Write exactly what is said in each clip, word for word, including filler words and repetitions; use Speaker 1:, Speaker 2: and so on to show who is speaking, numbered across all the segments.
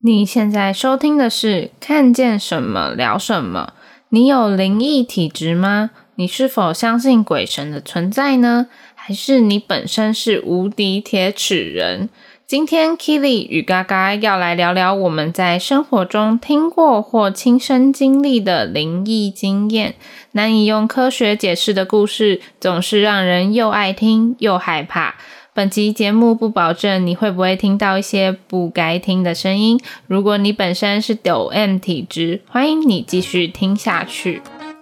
Speaker 1: 你现在收听的是看见什么聊什么。你有灵异体质吗？你是否相信鬼神的存在呢？还是你本身是无敌铁齿人？今天 Keely 与嘎嘎要来聊聊我们在生活中听过或亲身经历的灵异经验。难以用科学解释的故事，总是让人又爱听又害怕。本集节目不保证你会不会听到一些不该听的声音，如果你本身是抖 M 体质，欢迎你继续听下去。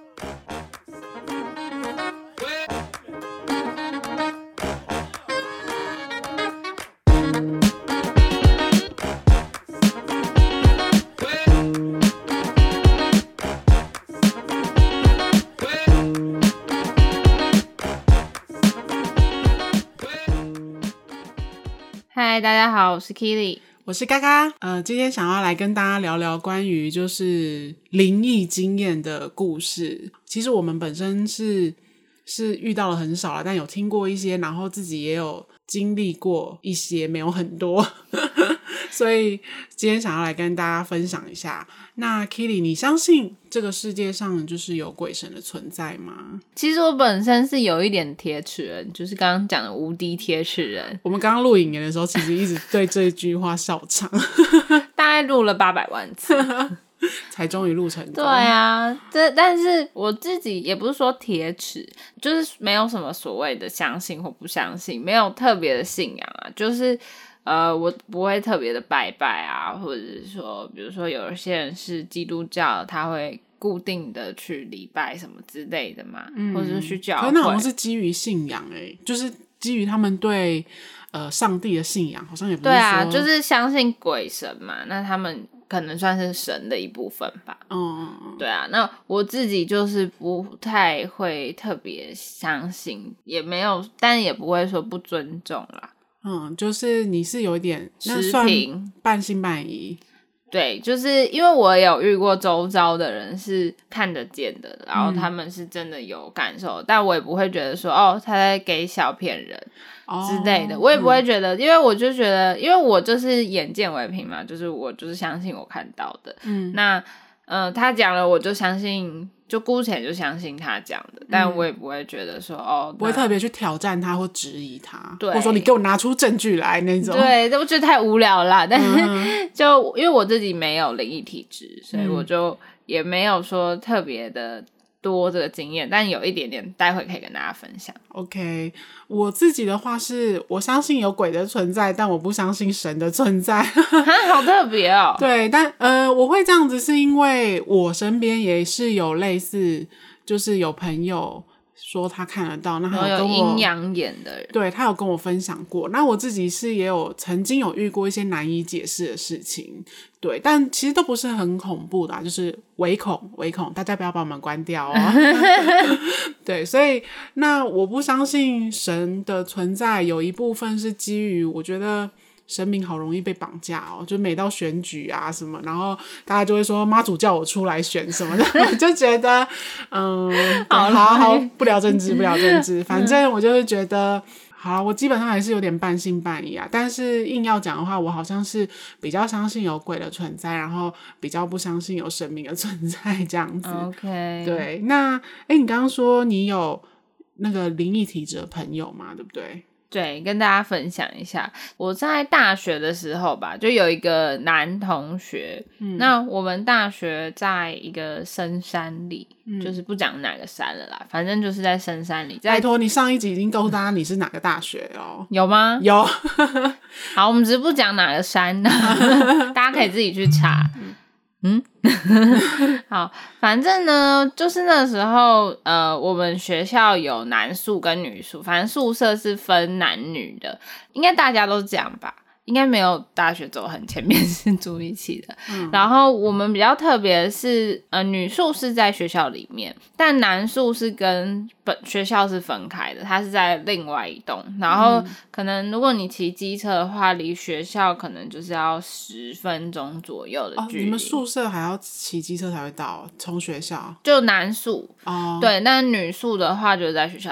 Speaker 1: 嗨，大家好，我是 Keely，
Speaker 2: 我是嘎嘎。呃，今天想要来跟大家聊聊关于就是灵异经验的故事。其实我们本身是是遇到了很少啦，但有听过一些，然后自己也有经历过一些，没有很多。所以今天想要来跟大家分享一下。那 Keely， 你相信这个世界上就是有鬼神的存在吗？
Speaker 1: 其实我本身是有一点铁齿人，就是刚刚讲的无敌铁齿人。
Speaker 2: 我们刚刚录影的时候，其实一直对这句话笑场，
Speaker 1: 大概录了八百万次。
Speaker 2: 才终于录成功。
Speaker 1: 对啊，这但是我自己也不是说铁齿，就是没有什么所谓的相信或不相信，没有特别的信仰啊，就是呃，我不会特别的拜拜啊，或者是说，比如说有些人是基督教，他会固定的去礼拜什么之类的嘛，嗯、或者是去教会。
Speaker 2: 可是那好像是基于信仰诶、欸，就是基于他们对呃上帝的信仰，好像也不是说。
Speaker 1: 对啊，就是相信鬼神嘛，那他们可能算是神的一部分吧。
Speaker 2: 嗯，
Speaker 1: 对啊，那我自己就是不太会特别相信，也没有，但也不会说不尊重啦。
Speaker 2: 嗯，就是你是有一点那
Speaker 1: 持
Speaker 2: 算
Speaker 1: 平
Speaker 2: 半信半疑。
Speaker 1: 对，就是因为我有遇过周遭的人是看得见的，然后他们是真的有感受、嗯、但我也不会觉得说哦他在给小骗人之类的、哦、我也不会觉得、嗯、因为我就觉得因为我就是眼见为凭嘛，就是我就是相信我看到的。嗯，那呃他讲了我就相信，就姑且就相信他讲的，但我也不会觉得说、嗯、哦
Speaker 2: 不会特别去挑战他或质疑他，
Speaker 1: 对，
Speaker 2: 或者说你给我拿出证据来那种。
Speaker 1: 对，我觉得太无聊了，但是、嗯、就因为我自己没有灵异体质，所以我就也没有说特别的多这个经验，但有一点点待会可以跟大家分享。
Speaker 2: OK， 我自己的话是我相信有鬼的存在，但我不相信神的存在。
Speaker 1: 好特别哦。
Speaker 2: 对，但呃我会这样子是因为我身边也是有类似，就是有朋友说他看得到，那他有跟我
Speaker 1: 有阴阳眼的人，
Speaker 2: 对，他有跟我分享过。那我自己是也有曾经有遇过一些难以解释的事情，对，但其实都不是很恐怖的、啊、就是唯恐唯恐，大家不要把我们关掉哦。对，所以那我不相信神的存在，有一部分是基于我觉得神明好容易被绑架哦，就每到选举啊什么，然后大家就会说妈祖叫我出来选什么的，我就觉得嗯，好好好，不聊政治不聊政治，反正我就是觉得好，我基本上还是有点半信半疑啊，但是硬要讲的话，我好像是比较相信有鬼的存在，然后比较不相信有神明的存在这样子。
Speaker 1: OK，
Speaker 2: 对，那诶你刚刚说你有那个灵异体质的朋友嘛，对不对？
Speaker 1: 对，跟大家分享一下，我在大学的时候吧，就有一个男同学、嗯、那我们大学在一个深山里、嗯、就是不讲哪个山了啦，反正就是在深山里。
Speaker 2: 拜托，你上一集已经告诉大家你是哪个大学哦。
Speaker 1: 有吗？
Speaker 2: 有。
Speaker 1: 好，我们只是不讲哪个山大家可以自己去查。嗯好，反正呢就是那时候呃我们学校有男宿跟女宿，反正宿舍是分男女的，应该大家都这样吧，应该没有大学走很前面是住一起的、嗯、然后我们比较特别的是呃女宿是在学校里面，但男宿是跟本学校是分开的，它是在另外一栋，然后可能如果你骑机车的话离学校可能就是要十分钟左右的距离、哦、
Speaker 2: 你们宿舍还要骑机车才会到？从学校就
Speaker 1: 男宿、哦、对，但女宿的话就在学校里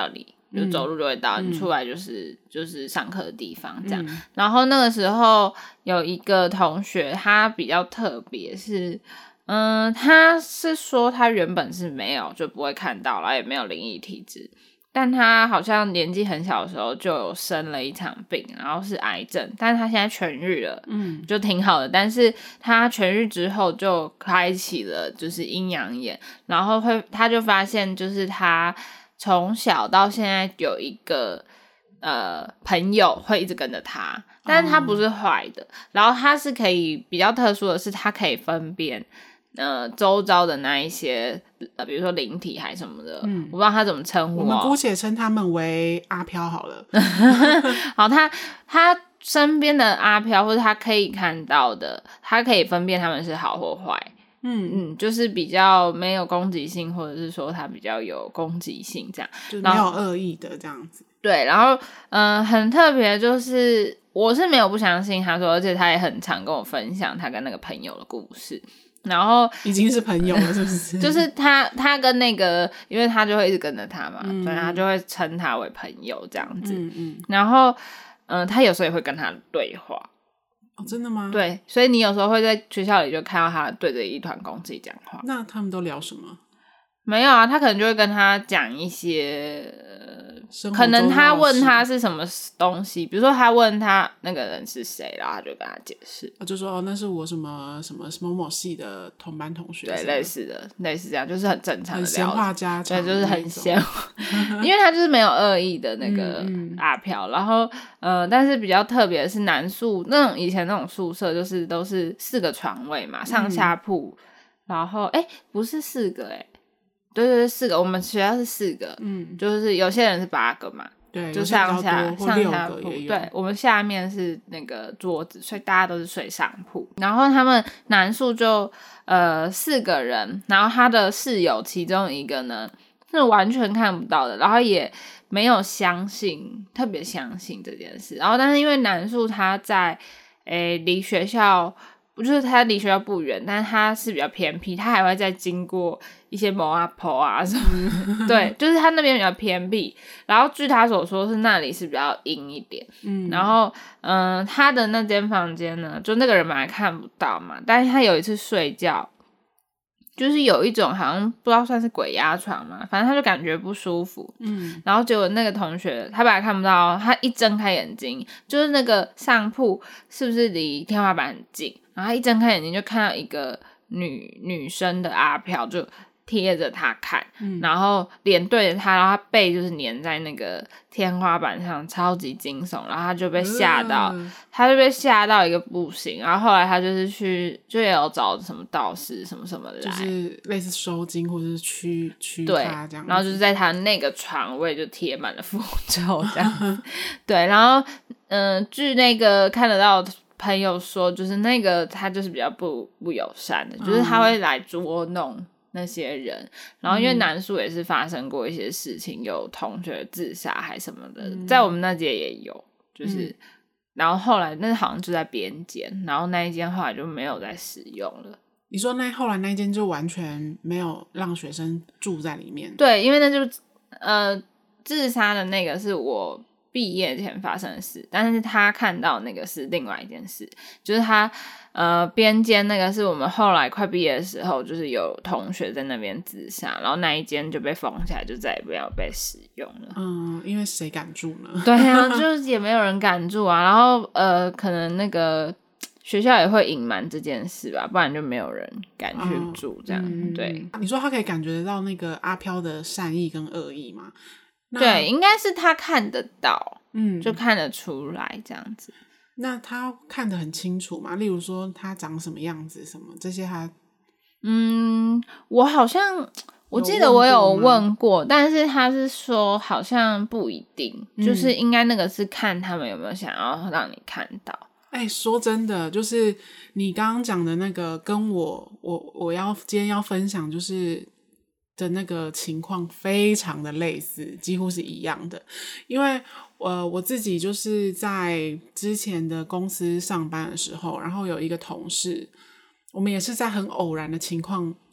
Speaker 1: 就走路就会到，
Speaker 2: 嗯、
Speaker 1: 你出来就是就是上课的地方这样、嗯。然后那个时候有一个同学，他比较特别是，嗯，他是说他原本是没有就不会看到，然后也没有灵异体质。但他好像年纪很小的时候就有生了一场病，然后是癌症，但是他现在痊愈了，嗯，就挺好的。但是他痊愈之后就开启了就是阴阳眼，然后会他就发现就是他从小到现在有一个呃朋友会一直跟着他，但是他不是坏的、哦，然后他是可以比较特殊的是，他可以分辨。呃，周遭的那一些，呃，比如说灵体还什么的，嗯，我不知道他怎么称呼、哦。
Speaker 2: 我们姑且称他们为阿飘好了。
Speaker 1: 好，他他身边的阿飘或者他可以看到的，他可以分辨他们是好或坏。嗯嗯，就是比较没有攻击性，或者是说他比较有攻击性这样，
Speaker 2: 就没有恶意的这样子。
Speaker 1: 对，然后嗯、呃，很特别，就是我是没有不相信他说，而且他也很常跟我分享他跟那个朋友的故事。然后
Speaker 2: 已经是朋友了，是不是？
Speaker 1: 就是他，他跟那个，因为他就会一直跟着他嘛，嗯、所以他就会称他为朋友这样子。嗯嗯。然后，嗯、呃，他有时候也会跟他对话。
Speaker 2: 哦，真的吗？
Speaker 1: 对，所以你有时候会在学校里就看到他对着一团公鸡讲话。
Speaker 2: 那他们都聊什么？
Speaker 1: 没有啊，他可能就会跟他讲一些。可能他问他是什么东西，比如说他问他那个人是谁，然后他就跟他解释，
Speaker 2: 就说哦，那是我什么什么某某系的同班同学，
Speaker 1: 对，类似的，类似这样，就是很正常的聊，
Speaker 2: 很闲话家常，
Speaker 1: 对，就是很闲，因为他就是没有恶意的那个阿飘、嗯嗯，然后呃，但是比较特别的是男宿那种以前那种宿舍，就是都是四个床位嘛，上下铺、嗯，然后哎，不是四个哎。对对对，四个，我们学校是四个，嗯，就是有些人是八个嘛，
Speaker 2: 对，
Speaker 1: 就上下上下
Speaker 2: 铺，
Speaker 1: 对，我们下面是那个桌子，所以大家都是睡上铺。然后他们男宿就呃四个人，然后他的室友其中一个呢是完全看不到的，然后也没有相信，特别相信这件事。然后但是因为男宿他在诶离学校。就是他离学校不远，但是他是比较偏僻，他还会再经过一些某阿婆啊什么对，就是他那边比较偏僻，然后据他所说是那里是比较阴一点，嗯，然后嗯、呃，他的那间房间呢，就那个人本来看不到嘛，但是他有一次睡觉，就是有一种好像不知道算是鬼压床嘛，反正他就感觉不舒服，嗯，然后结果那个同学他本来看不到，他一睁开眼睛，就是那个上铺是不是离天花板很近？然后他一睁开眼睛就看到一个女女生的阿飘就贴着他看、嗯、然后脸对着他，然后他背就是粘在那个天花板上，超级惊悚，然后他就被吓到、呃、他就被吓到一个不行，然后后来他就是去就也有找什么道士什么什么来，
Speaker 2: 就是类似收惊或者是驱驱他这样子，
Speaker 1: 然后就是在他那个床位就贴满了符咒这样对，然后嗯、呃，据那个看得到朋友说，就是那个他就是比较不不友善的，就是他会来捉弄那些人、嗯、然后因为南宿也是发生过一些事情，有同学自杀还什么的、嗯、在我们那届也有，就是、嗯、然后后来那好像就在边间，然后那一间后来就没有再使用了。
Speaker 2: 你说那后来那一间就完全没有让学生住在里面？
Speaker 1: 对，因为那就呃自杀的那个是我毕业前发生的事，但是他看到那个是另外一件事，就是他呃边间那个是我们后来快毕业的时候，就是有同学在那边自杀，然后那一间就被封起来，就再也不要被使用了。
Speaker 2: 嗯，因为谁敢住呢？
Speaker 1: 对啊，就是也没有人敢住啊。然后呃，可能那个学校也会隐瞒这件事吧，不然就没有人敢去住这样。嗯、对，
Speaker 2: 你说他可以感觉得到那个阿飘的善意跟恶意吗？
Speaker 1: 对，应该是他看得到，嗯，就看得出来这样子。
Speaker 2: 那他看得很清楚嘛？例如说他长什么样子，什么这些他，
Speaker 1: 嗯，我好像我记得我有问过，但是他是说好像不一定，嗯、就是应该那个是看他们有没有想要让你看到。
Speaker 2: 哎、欸，说真的，就是你刚刚讲的那个，跟我我我要今天要分享就是的那个情况非常的类似，几乎是一样的。因为呃我自己就是在之前的公司上班的时候，然后有一个同事，我们也是在很偶然的情况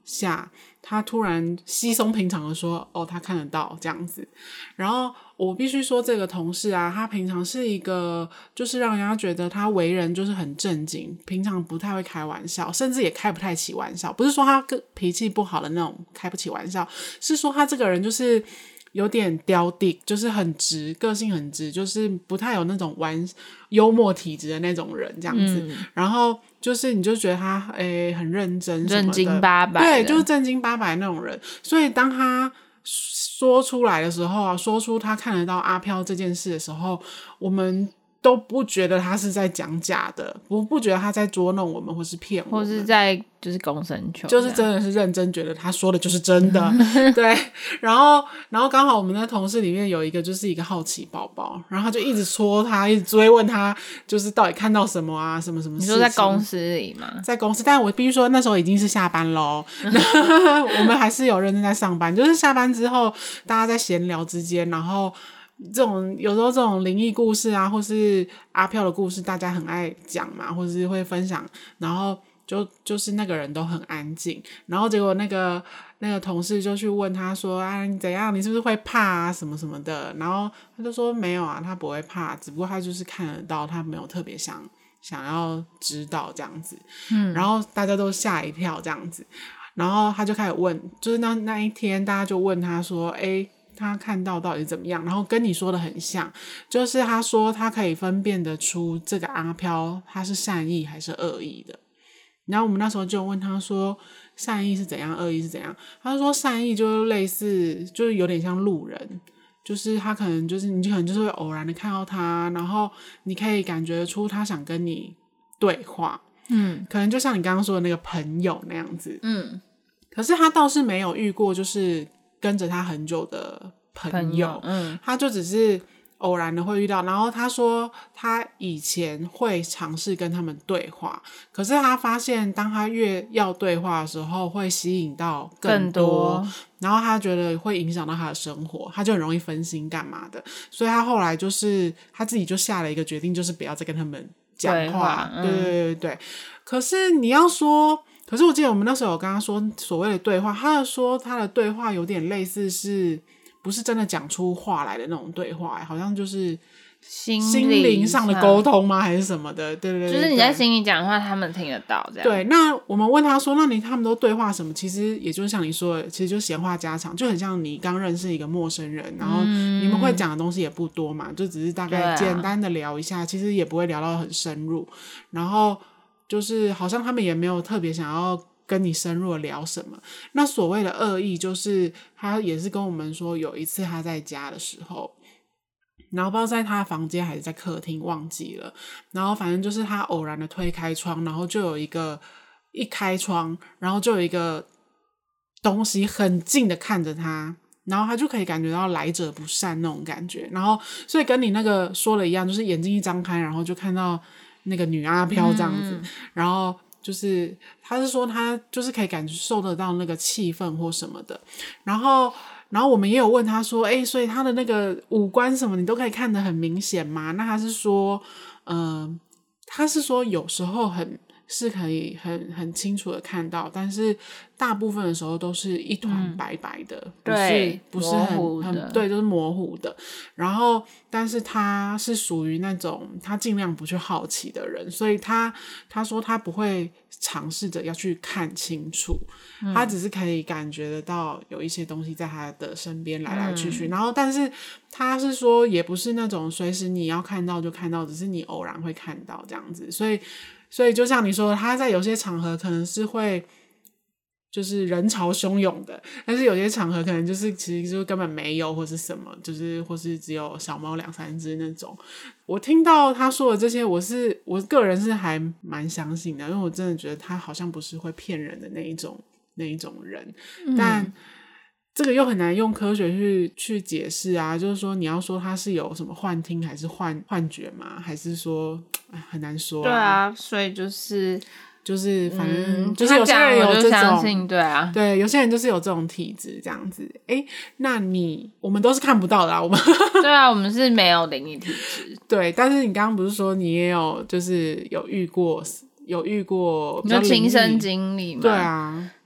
Speaker 2: 下，他突然稀松平常的说哦他看得到这样子。然后我必须说这个同事啊，他平常是一个就是让人家觉得他为人就是很正经，平常不太会开玩笑，甚至也开不太起玩笑，不是说他脾气不好的那种开不起玩笑，是说他这个人就是有点刁地，就是很直，个性很直，就是不太有那种玩幽默体质的那种人这样子、嗯、然后就是你就觉得他诶很认真什么的，
Speaker 1: 正经八百，
Speaker 2: 对，就是正经八百那种人。所以当他说出来的时候啊，说出他看得到阿飘这件事的时候，我们都不觉得他是在讲假的，不不觉得他在捉弄我们或是骗我们，
Speaker 1: 或是在就是公生球，
Speaker 2: 就是真的是认真觉得他说的就是真的对，然后然后刚好我们的同事里面有一个就是一个好奇宝宝，然后他就一直戳他，一直追问他就是到底看到什么啊，什么什么事情。
Speaker 1: 你说在公司里吗？
Speaker 2: 在公司，但我必须说那时候已经是下班咯我们还是有认真在上班，就是下班之后大家在闲聊之间，然后这种有时候这种灵异故事啊或是阿飘的故事大家很爱讲嘛，或是会分享，然后就就是那个人都很安静，然后结果那个那个同事就去问他说啊你怎样，你是不是会怕啊什么什么的，然后他就说没有啊，他不会怕，只不过他就是看得到，他没有特别想想要知道这样子。嗯，然后大家都吓一跳这样子，然后他就开始问，就是那那一天大家就问他说诶他看到到底怎么样，然后跟你说的很像，就是他说他可以分辨得出这个阿飘他是善意还是恶意的。然后我们那时候就问他说善意是怎样，恶意是怎样，他说善意就类似就是有点像路人，就是他可能就是你可能就是会偶然的看到他，然后你可以感觉出他想跟你对话，嗯，可能就像你刚刚说的那个朋友那样子，嗯，可是他倒是没有遇过就是跟着他很久的朋友, 朋友嗯，他就只是偶然的会遇到，然后他说他以前会尝试跟他们对话，可是他发现当他越要对话的时候会吸引到更多, 更多然后他觉得会影响到他的生活，他就很容易分心干嘛的，所以他后来就是他自己就下了一个决定，就是不要再跟他们讲话，对、嗯、对对对。可是你要说，可是我记得我们那时候有跟他说所谓的对话，他说他的对话有点类似是不是真的讲出话来的那种对话，好像就是心灵上的沟通吗还是什么的，对对 对, 对，
Speaker 1: 就是你在心里讲的话他们听得到这样。
Speaker 2: 对，那我们问他说那你他们都对话什么，其实也就是像你说的，其实就闲话家常，就很像你刚认识一个陌生人，然后你们会讲的东西也不多嘛，就只是大概简单的聊一下、啊、其实也不会聊到很深入，然后就是好像他们也没有特别想要跟你深入的聊什么。那所谓的恶意就是他也是跟我们说有一次他在家的时候，然后不知道在他的房间还是在客厅忘记了，然后反正就是他偶然的推开窗，然后就有一个一开窗然后就有一个东西很近的看着他，然后他就可以感觉到来者不善那种感觉，然后所以跟你那个说的一样，就是眼睛一张开然后就看到那个女阿飘这样子、嗯、然后就是他是说他就是可以感受得到那个气氛或什么的，然后然后我们也有问他说诶所以他的那个五官什么你都可以看得很明显吗？那他是说嗯、呃，他是说有时候很是可以很很清楚的看到，但是大部分的时候都是一团白白的、嗯、不是不是很很对，就是模糊的，然后但是他是属于那种他尽量不去好奇的人，所以他他说他不会尝试着要去看清楚、嗯、他只是可以感觉得到有一些东西在他的身边来来去去、嗯、然后但是他是说也不是那种随时你要看到就看到，只是你偶然会看到这样子，所以所以就像你说他在有些场合可能是会就是人潮汹涌的，但是有些场合可能就是其实就根本没有或是什么，就是或是只有小猫两三只那种。我听到他说的这些我是我个人是还蛮相信的，因为我真的觉得他好像不是会骗人的那一种那一种人、嗯、但这个又很难用科学去去解释啊，就是说你要说他是有什么幻听还是幻幻觉吗？还是说很难说、啊、
Speaker 1: 对啊，所以就是
Speaker 2: 就是反正、嗯、就是有些人有这种
Speaker 1: 对啊，
Speaker 2: 对，有些人就是有这种体质这样子。诶那你我们都是看不到的啊，我们
Speaker 1: 对啊，我们是没有灵异体质
Speaker 2: 对，但是你刚刚不是说你也有就是有遇过有遇过
Speaker 1: 你就亲身经历嘛？
Speaker 2: 对啊，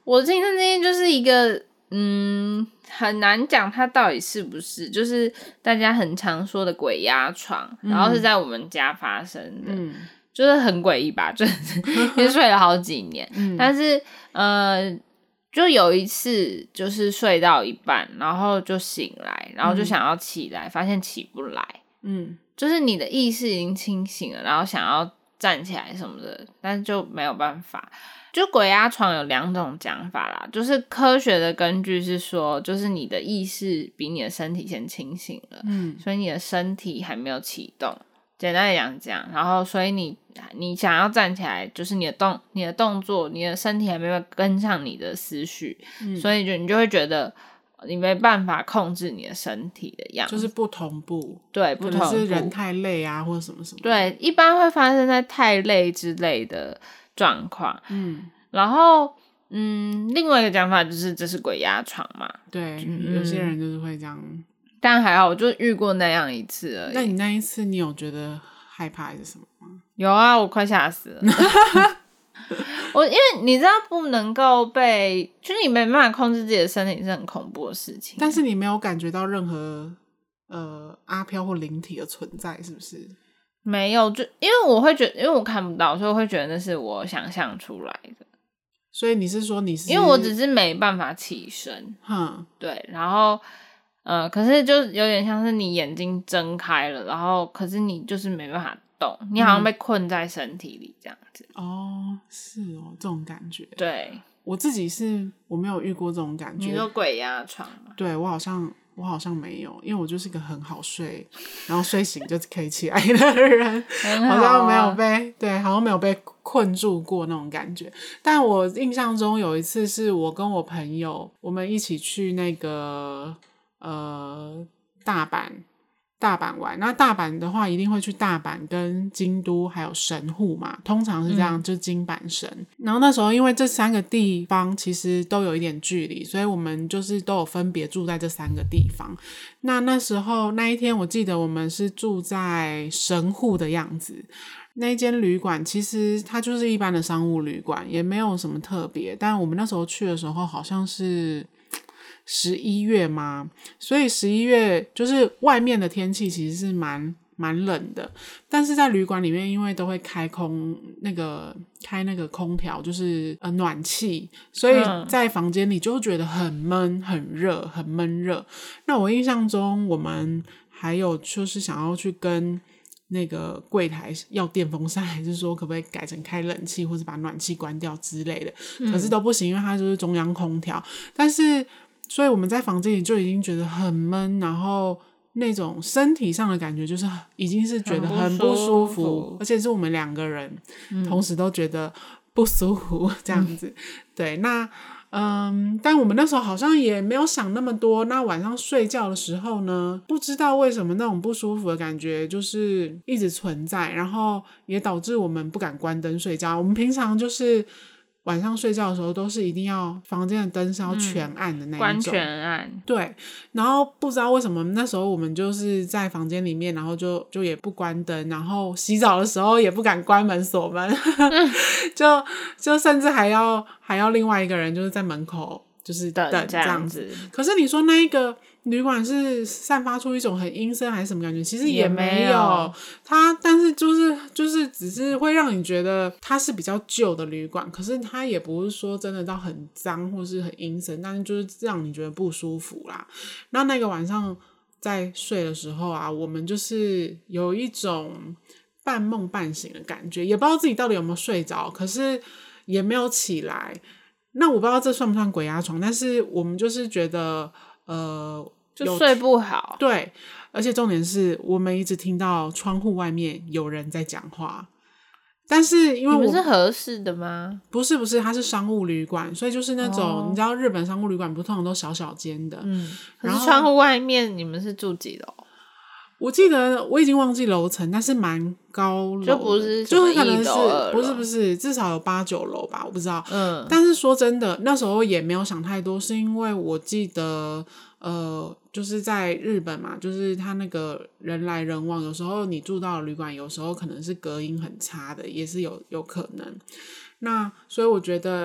Speaker 1: 我的亲身经验就是一个嗯，很难讲它到底是不是就是大家很常说的鬼压床、嗯、然后是在我们家发生的、嗯、就是很诡异吧，就是也睡了好几年、嗯、但是呃就有一次就是睡到一半然后就醒来，然后就想要起来、嗯、发现起不来，嗯，就是你的意识已经清醒了，然后想要站起来什么的，但是就没有办法。就鬼压床有两种讲法啦，就是科学的根据是说，就是你的意识比你的身体先清醒了，嗯，所以你的身体还没有启动，简单的讲这样，然后所以你你想要站起来，就是你的动你的动作，你的身体还没有跟上你的思绪，嗯，所以就你就会觉得你没办法控制你的身体的样子，
Speaker 2: 就是不同步，
Speaker 1: 对，不同步，
Speaker 2: 可能是人太累啊，或者什么什么，
Speaker 1: 对，一般会发生在太累之类的状况，嗯，然后嗯，另外一个讲法就是这是鬼压床嘛，
Speaker 2: 对、嗯，有些人就是会这样，
Speaker 1: 但还好我就遇过那样一次而已。
Speaker 2: 那你那一次你有觉得害怕还是什么吗？
Speaker 1: 有啊，我快吓死了。我因为你知道不能够被，就是你没办法控制自己的身体是很恐怖的事情，
Speaker 2: 但是你没有感觉到任何呃阿飘或灵体的存在是不是？
Speaker 1: 没有，就因为我会觉得因为我看不到，所以我会觉得那是我想象出来的。
Speaker 2: 所以你是说你是
Speaker 1: 因为我只是没办法起身，嗯，对，然后呃，可是就有点像是你眼睛睁开了，然后可是你就是没办法动，你好像被困在身体里这样子、
Speaker 2: 嗯、哦，是哦，这种感觉。
Speaker 1: 对，
Speaker 2: 我自己是我没有遇过这种感觉。
Speaker 1: 你说鬼压床吗？
Speaker 2: 对，我好像我好像没有，因为我就是一个很好睡然后睡醒就可以起来的人好, 啊、好像没有被对好像没有被困住过那种感觉。但我印象中有一次是我跟我朋友我们一起去那个呃大阪大阪玩，那大阪的话一定会去大阪跟京都还有神户嘛，通常是这样、嗯、就是京阪神。然后那时候因为这三个地方其实都有一点距离，所以我们就是都有分别住在这三个地方。那那时候那一天我记得我们是住在神户的样子，那一间旅馆其实它就是一般的商务旅馆，也没有什么特别，但我们那时候去的时候好像是十一月嘛，所以十一月就是外面的天气其实是蛮蛮冷的，但是在旅馆里面因为都会开空那个开那个空调，就是呃暖气，所以在房间里就觉得很闷很热很闷热。那我印象中我们还有就是想要去跟那个柜台要电风扇，还是说可不可以改成开冷气或是把暖气关掉之类的、嗯、可是都不行，因为它就是中央空调。但是所以我们在房间里就已经觉得很闷，然后那种身体上的感觉就是已经是觉得很不舒服，舒服而且是我们两个人、嗯、同时都觉得不舒服这样子、嗯、对。那嗯，但我们那时候好像也没有想那么多。那晚上睡觉的时候呢，不知道为什么那种不舒服的感觉就是一直存在，然后也导致我们不敢关灯睡觉。我们平常就是晚上睡觉的时候都是一定要房间的灯是要全暗的那一种、嗯、
Speaker 1: 关全暗。对，然
Speaker 2: 后不知道为什么那时候我们就是在房间里面，然后就就也不关灯，然后洗澡的时候也不敢关门锁门、嗯、就就甚至还要还要另外一个人就是在门口就是等这样子。可是你说那一个旅馆是散发出一种很阴森还是什么感觉？其实也没有，它但是就是就是只是会让你觉得它是比较旧的旅馆，可是它也不是说真的到很脏或是很阴森，但是就是让你觉得不舒服啦。那那个晚上在睡的时候啊，我们就是有一种半梦半醒的感觉，也不知道自己到底有没有睡着，可是也没有起来。那我不知道这算不算鬼压床，但是我们就是觉得呃，
Speaker 1: 就睡不好。
Speaker 2: 对，而且重点是我们一直听到窗户外面有人在讲话，但是因为我
Speaker 1: 你们是合适的吗？
Speaker 2: 不是不是，它是商务旅馆，所以就是那种、哦、你知道日本商务旅馆不通常都小小间的，
Speaker 1: 嗯，可是窗户外面你们是住几楼？
Speaker 2: 我记得我已经忘记楼层，但是蛮高楼，
Speaker 1: 就不是
Speaker 2: 就是可能是不是不是至少有八九楼吧，我不知道。嗯，但是说真的，那时候也没有想太多，是因为我记得呃，就是在日本嘛，就是他那个人来人往，有时候你住到的旅馆，有时候可能是隔音很差的，也是有有可能。那所以我觉得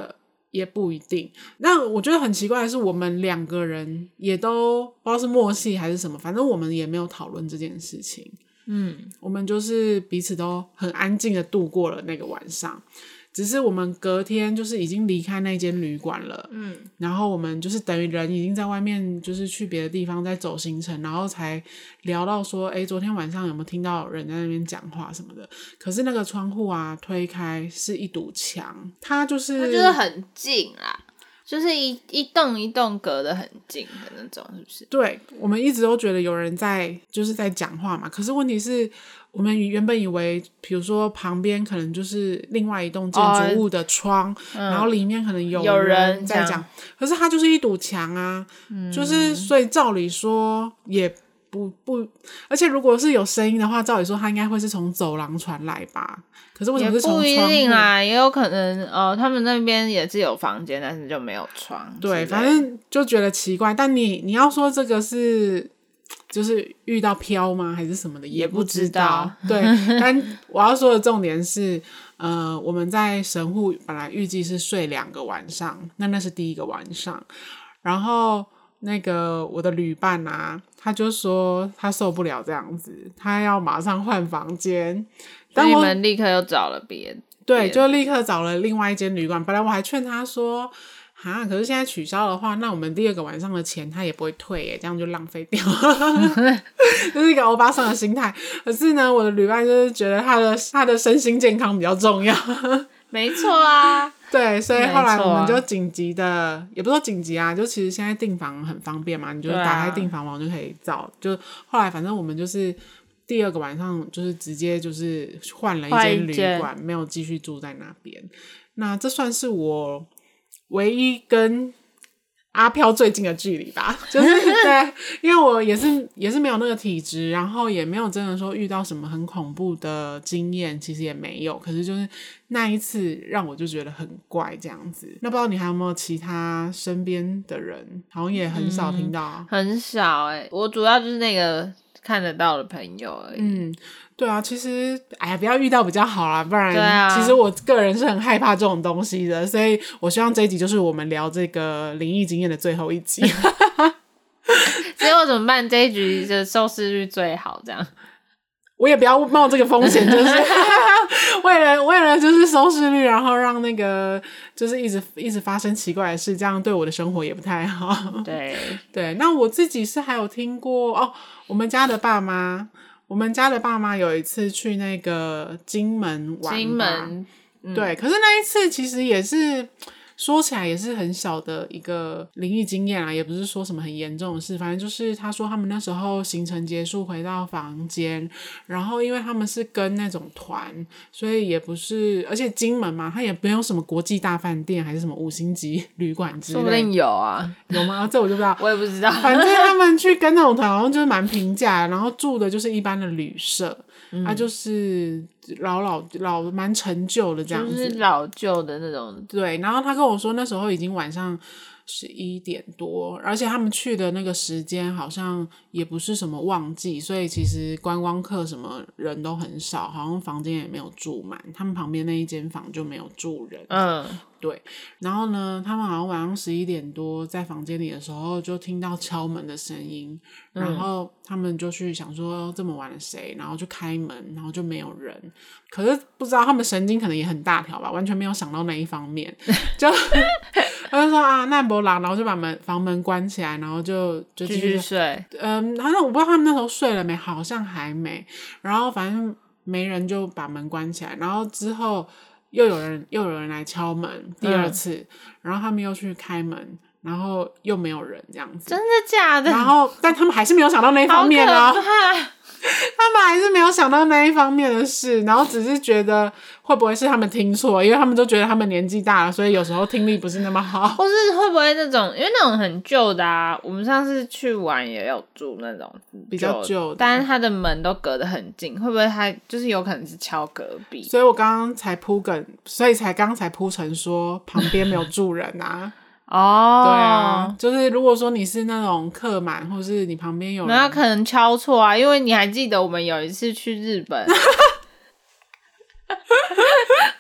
Speaker 2: 也不一定。那我觉得很奇怪的是，我们两个人也都不知道是默契还是什么，反正我们也没有讨论这件事情。嗯，我们就是彼此都很安静的度过了那个晚上。只是我们隔天就是已经离开那间旅馆了，嗯，然后我们就是等于人已经在外面，就是去别的地方在走行程，然后才聊到说，诶，昨天晚上有没有听到人在那边讲话什么的？可是那个窗户啊推开是一堵墙，它就是
Speaker 1: 它就是很近啦，就是一一栋一栋隔得很近的那种，是不是？
Speaker 2: 对，我们一直都觉得有人在就是在讲话嘛，可是问题是我们原本以为比如说旁边可能就是另外一栋建筑物的窗、哦嗯、然后里面可能有
Speaker 1: 有
Speaker 2: 人在讲，可是它就是一堵墙啊、嗯、就是所以照理说也不不，而且如果是有声音的话，照理说它应该会是从走廊传来吧，可是为什么是从窗户？
Speaker 1: 也不一定啦，也有可能呃，他们那边也是有房间，但是就没有窗。
Speaker 2: 对，反正就觉得奇怪。但你你要说这个是就是遇到飘吗还是什么的也不知道。
Speaker 1: 也不知道
Speaker 2: 对，但我要说的重点是呃，我们在神户本来预计是睡两个晚上，那那是第一个晚上，然后那个我的旅伴啊，他就说他受不了这样子，他要马上换房间。
Speaker 1: 但你们立刻又找了别的，
Speaker 2: 对，就立刻找了另外一间旅馆。本来我还劝他说哈，可是现在取消的话，那我们第二个晚上的钱他也不会退耶，这样就浪费掉就是一个欧巴桑的心态。可是呢，我的旅伴就是觉得他的他的身心健康比较重要
Speaker 1: 没错啊，
Speaker 2: 对，所以后来我们就紧急的、啊、也不是说紧急啊，就其实现在订房很方便嘛，你就打开订房网就可以找、啊、就后来反正我们就是第二个晚上就是直接就是换了一间旅馆，没有继续住在那边。那这算是我唯一跟阿飘最近的距离吧，就是对，因为我也是也是没有那个体质，然后也没有真的说遇到什么很恐怖的经验，其实也没有。可是就是那一次让我就觉得很怪这样子。那不知道你还有没有其他身边的人，好像也很少听到、啊
Speaker 1: 嗯、很少哎、欸，我主要就是那个看得到的朋友而已。
Speaker 2: 嗯，对啊，其实哎呀，不要遇到比较好啦，不然、
Speaker 1: 啊、
Speaker 2: 其实我个人是很害怕这种东西的，所以我希望这一集就是我们聊这个灵异经验的最后一集。
Speaker 1: 结果怎么办？这一局的收视率最好，这样
Speaker 2: 我也不要冒这个风险，就是为了为了就是收视率，然后让那个就是一直一直发生奇怪的事，这样对我的生活也不太好。
Speaker 1: 对
Speaker 2: 对，那我自己是还有听过哦，我们家的爸妈。我们家的爸妈有一次去那个金门玩吧，
Speaker 1: 金门、
Speaker 2: 嗯、对，可是那一次其实也是说起来也是很小的一个灵异经验啊，也不是说什么很严重的事，反正就是他说他们那时候行程结束回到房间，然后因为他们是跟那种团，所以也不是，而且金门嘛，它也没有什么国际大饭店还是什么五星级旅馆之类的，
Speaker 1: 说不定有啊，
Speaker 2: 有吗？这我就不知道，
Speaker 1: 我也不知道。
Speaker 2: 反正他们去跟那种团好像就是蛮平价，然后住的就是一般的旅社，嗯、啊，就是老老老蛮陈旧的这样子，
Speaker 1: 就是老旧的那种。
Speaker 2: 对，然后他跟我说那时候已经晚上十一点多，而且他们去的那个时间好像也不是什么旺季，所以其实观光客什么人都很少，好像房间也没有住满，他们旁边那一间房就没有住人。嗯，对。然后呢，他们好像晚上十一点多在房间里的时候就听到敲门的声音，然后他们就去想说这么晚了谁，然后就开门，然后就没有人。可是不知道他们神经可能也很大条吧，完全没有想到那一方面，就他就说啊那没啦，然后就把门房门关起来，然后就就
Speaker 1: 继续睡。
Speaker 2: 嗯，好像我不知道他们那时候睡了没，好像还没。然后反正没人就把门关起来，然后之后又有人又有人来敲门，第二次，嗯、然后他们又去开门，然后又没有人这样子。
Speaker 1: 真的假的？
Speaker 2: 然后但他们还是没有想到那一方面啊。他们还是没有想到那一方面的事，然后只是觉得会不会是他们听错，因为他们都觉得他们年纪大了，所以有时候听力不是那么好，
Speaker 1: 或是会不会那种因为那种很旧的啊，我们上次去玩也有住那种
Speaker 2: 比较旧的，
Speaker 1: 但是他的门都隔得很近，会不会他就是有可能是敲隔壁？
Speaker 2: 所以我刚刚才铺梗，所以才刚才铺成说旁边没有住人啊。哦，对啊，就是如果说你是那种客满，或是你旁边有人，
Speaker 1: 那可能敲错啊，因为你还记得我们有一次去日本，我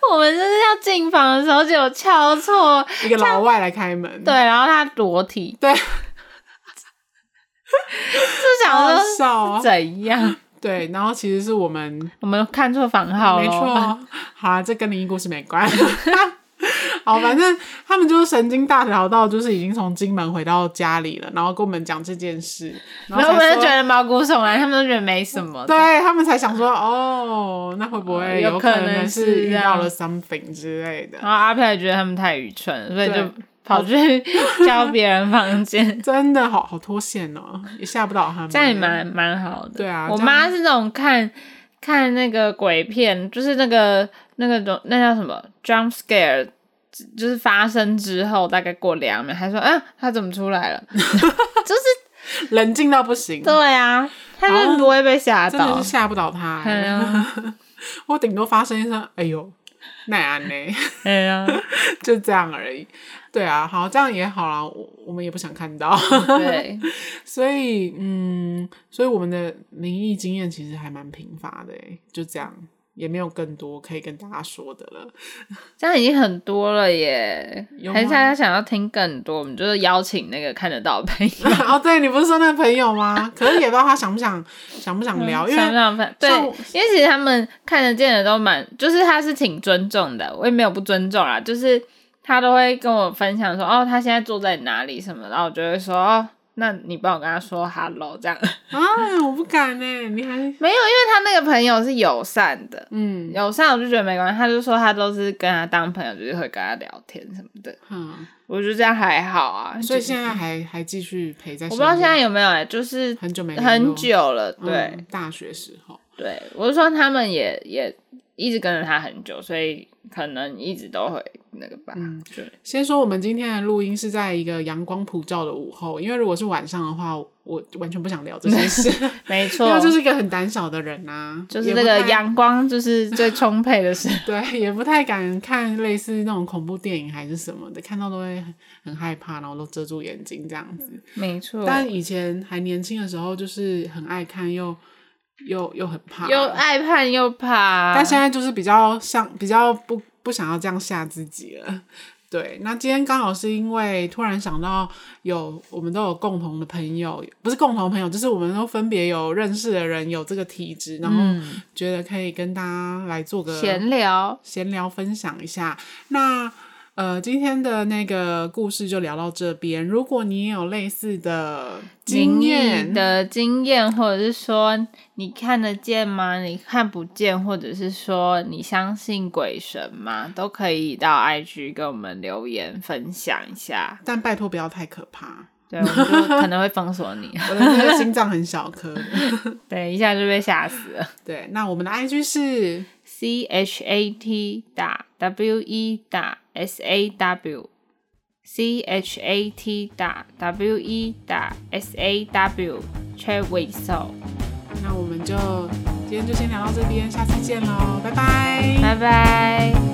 Speaker 1: 我们就是要进房的时候就有敲错，
Speaker 2: 一个老外来开门，
Speaker 1: 对，然后他裸体，
Speaker 2: 对，
Speaker 1: 就想说
Speaker 2: 笑
Speaker 1: 怎样？
Speaker 2: 对，然后其实是我们
Speaker 1: 我们看错房号了，
Speaker 2: 没错。好啊，这跟灵异故事没关。好，反正他们就是神经大条到，就是已经从金门回到家里了，然后跟我们讲这件事，然
Speaker 1: 后我们就觉得毛骨悚然，他们都觉得没什么，
Speaker 2: 对他们才想说，哦，那会不会有可能是遇到了 something 之类的？
Speaker 1: 然后阿飘也觉得他们太愚蠢，所以就跑去敲别人房间，
Speaker 2: 真的好好脱线哦，也吓不到他们，
Speaker 1: 这样也蛮蛮好的。
Speaker 2: 对啊，
Speaker 1: 我妈是那种看看那个鬼片，就是那个那个那叫什么 jump scare。就是发生之后大概过两秒还说啊他怎么出来了就是
Speaker 2: 冷静到不行。
Speaker 1: 对啊，他就不会被吓到，
Speaker 2: 真的是吓不倒他、欸啊、我顶多发生一声哎呦那样呢
Speaker 1: 哎呀
Speaker 2: 就这样而已。对啊，好，这样也好啦，我我们也不想看到
Speaker 1: 对
Speaker 2: 所以嗯所以我们的灵异经验其实还蛮贫乏的、欸、就这样，也没有更多可以跟大家说的了，
Speaker 1: 这样已经很多了耶。还是大家想要听更多，我们就是邀请那个看得到的朋友
Speaker 2: 哦，对，你不是说那个朋友吗？可是也不知道他想不想想不想聊、嗯、因为
Speaker 1: 想不想对，因为其实他们看得见的都蛮，就是他是挺尊重的，我也没有不尊重啦，就是他都会跟我分享说哦他现在坐在哪里什么，然后我就会说哦那你帮我跟他说 hello 这样
Speaker 2: 啊，我不敢耶，你还
Speaker 1: 没有，因为他那个朋友是友善的，
Speaker 2: 嗯，
Speaker 1: 友善我就觉得没关系，他就说他都是跟他当朋友，就是会跟他聊天什么的，嗯，我觉得这样还好啊。
Speaker 2: 所以现在还还继续陪在身边，
Speaker 1: 我不知道现在有没有哎、欸，就是
Speaker 2: 很久没
Speaker 1: 很久了，对、
Speaker 2: 嗯，大学时候，
Speaker 1: 对，我是说他们也也一直跟着他很久，所以可能一直都会那个吧。嗯，对。
Speaker 2: 先说我们今天的录音是在一个阳光普照的午后，因为如果是晚上的话，我完全不想聊这些事。
Speaker 1: 没错，
Speaker 2: 因为就是一个很胆小的人啊，
Speaker 1: 就是那个阳光就是最充沛的时候。
Speaker 2: 对，也不太敢看类似那种恐怖电影还是什么的，看到都会很很害怕，然后都遮住眼睛这样子。
Speaker 1: 没错。
Speaker 2: 但以前还年轻的时候，就是很爱看又。又又很怕，
Speaker 1: 又爱看又怕，
Speaker 2: 但现在就是比较像比较不不想要这样吓自己了。对，那今天刚好是因为突然想到有我们都有共同的朋友，不是共同朋友，就是我们都分别有认识的人有这个体质，然后觉得可以跟大家来做个
Speaker 1: 闲聊，
Speaker 2: 闲聊分享一下。那呃，今天的那个故事就聊到这边。如果你也有类似的经验
Speaker 1: 的经验，或者是说你看得见吗？你看不见，或者是说你相信鬼神吗？都可以到 I G 跟我们留言分享一下。
Speaker 2: 但拜托不要太可怕，
Speaker 1: 对，我们就可能会封锁你。
Speaker 2: 我的那个心脏很小颗的，
Speaker 1: 对，一下就被吓死了。
Speaker 2: 对，那我们的 I G 是
Speaker 1: C H A T 打 W E 打 S A W C H A T 打 W E 打 S A W Chat with Soul。
Speaker 2: 那我们就今天就先聊到这边，下次见喽，拜拜，
Speaker 1: 拜拜。